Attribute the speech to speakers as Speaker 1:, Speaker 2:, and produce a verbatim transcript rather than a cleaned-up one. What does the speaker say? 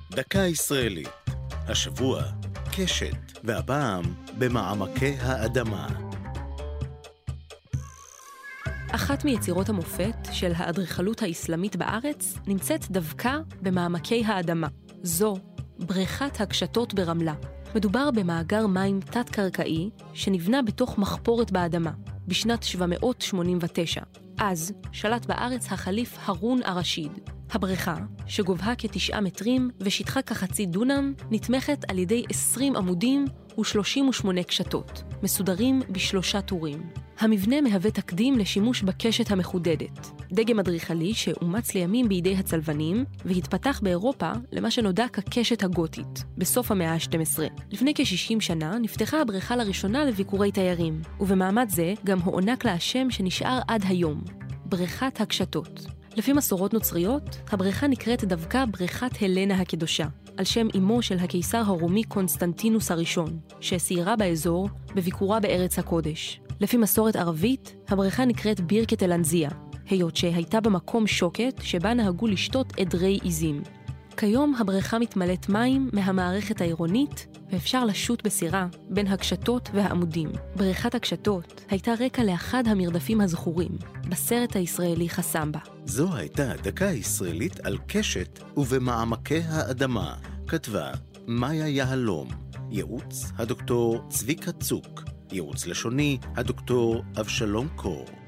Speaker 1: דקה ישראלית. השבוע קשת, והפעם במעמקי האדמה.
Speaker 2: אחת מיצירות המופת של האדריכלות האסלאמית בארץ נמצאת דווקא במעמקי האדמה. זו בריכת הקשתות ברמלה. מדובר במאגר מים תת-קרקעי שנבנה בתוך מחפורת באדמה בשנת שבע מאות שמונים ותשע. אז שלט בארץ החליף הרון הרשיד. הבריכה, שגובהה כתשעה מטרים ושטחה כחצי דונם, נתמכת על ידי עשרים עמודים ו-שלושים ושמונה קשתות, מסודרים בשלושה טורים. המבנה מהווה תקדים לשימוש בקשת המחודדת, דגם אדריכלי שאומץ לימים בידי הצלבנים והתפתח באירופה למה שנודע כקשת הגותית, בסוף המאה ה-שתים עשרה. לפני כ-שישים שנה נפתחה הבריכה לראשונה לביקורי תיירים, ובמעמד זה גם הוענק לה השם שנשאר עד היום, בריכת הקשתות. לפי מסורות נוצריות, הבריכה נקראת דווקא בריכת הלנה הקדושה, על שם אמו של הקיסר הרומי קונסטנטינוס הראשון, שסיירה באזור בביקורה בארץ הקודש. לפי מסורת ערבית, הבריכה נקראת בירקת אל-אנזיה, היות שהייתה במקום שוקת שבה נהגו לשתות עדרי עיזים. כיום הבריכה מתמלאת מים מהמערכת העירונית, ואפשר לשוט בסירה בין הקשתות והעמודים. בריכת הקשתות הייתה רקע לאחד המרדפים הזכורים, בסרט הישראלי חסמבה.
Speaker 1: זו הייתה דקה ישראלית על קשת ובמעמקי האדמה. כתבה מאיה יהלום. ייעוץ הדוקטור צביקה צוק. ייעוץ לשוני הדוקטור אבשלום קור.